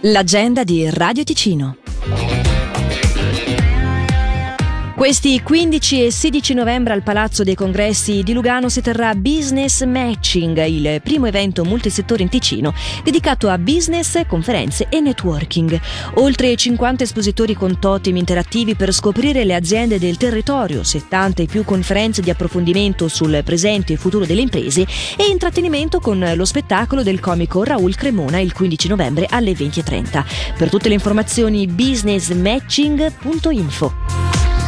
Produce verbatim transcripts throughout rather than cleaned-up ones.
L'agenda di Radio Ticino. Questi quindici e sedici novembre al Palazzo dei Congressi di Lugano si terrà Business Matching, il primo evento multisettore in Ticino dedicato a business, conferenze e networking. Oltre cinquanta espositori con totem interattivi per scoprire le aziende del territorio, settanta e più conferenze di approfondimento sul presente e futuro delle imprese e intrattenimento con lo spettacolo del comico Raul Cremona il quindici novembre alle venti e trenta. Per tutte le informazioni business matching punto info.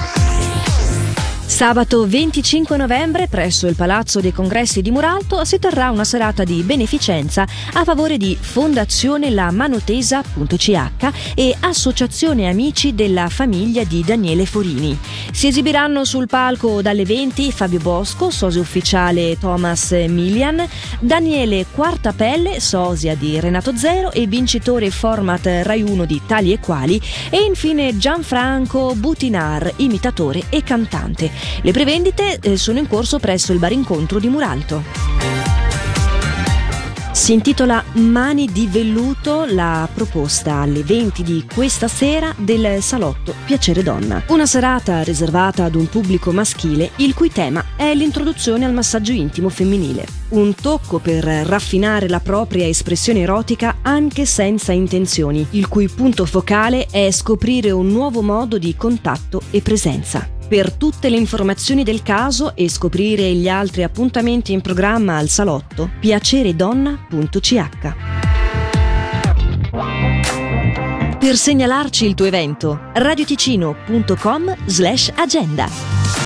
Sabato venticinque novembre presso il Palazzo dei Congressi di Muralto si terrà una serata di beneficenza a favore di Fondazione La Manotesa punto c h e Associazione Amici della Famiglia di Daniele Forini. Si esibiranno sul palco dalle venti Fabio Bosco, sosia ufficiale Thomas Milian, Daniele Quartapelle, sosia di Renato Zero e vincitore format Rai uno di Tali e Quali, e infine Gianfranco Butinar, imitatore e cantante. Le prevendite sono in corso presso il bar incontro di Muralto. Si intitola Mani di velluto la proposta alle venti di questa sera del salotto Piacere Donna. Una serata riservata ad un pubblico maschile il cui tema è l'introduzione al massaggio intimo femminile. Un tocco per raffinare la propria espressione erotica anche senza intenzioni, il cui punto focale è scoprire un nuovo modo di contatto e presenza. Per tutte le informazioni del caso e scoprire gli altri appuntamenti in programma al salotto, piaceredonna punto c h. Per segnalarci il tuo evento, radioticino punto com slash agenda.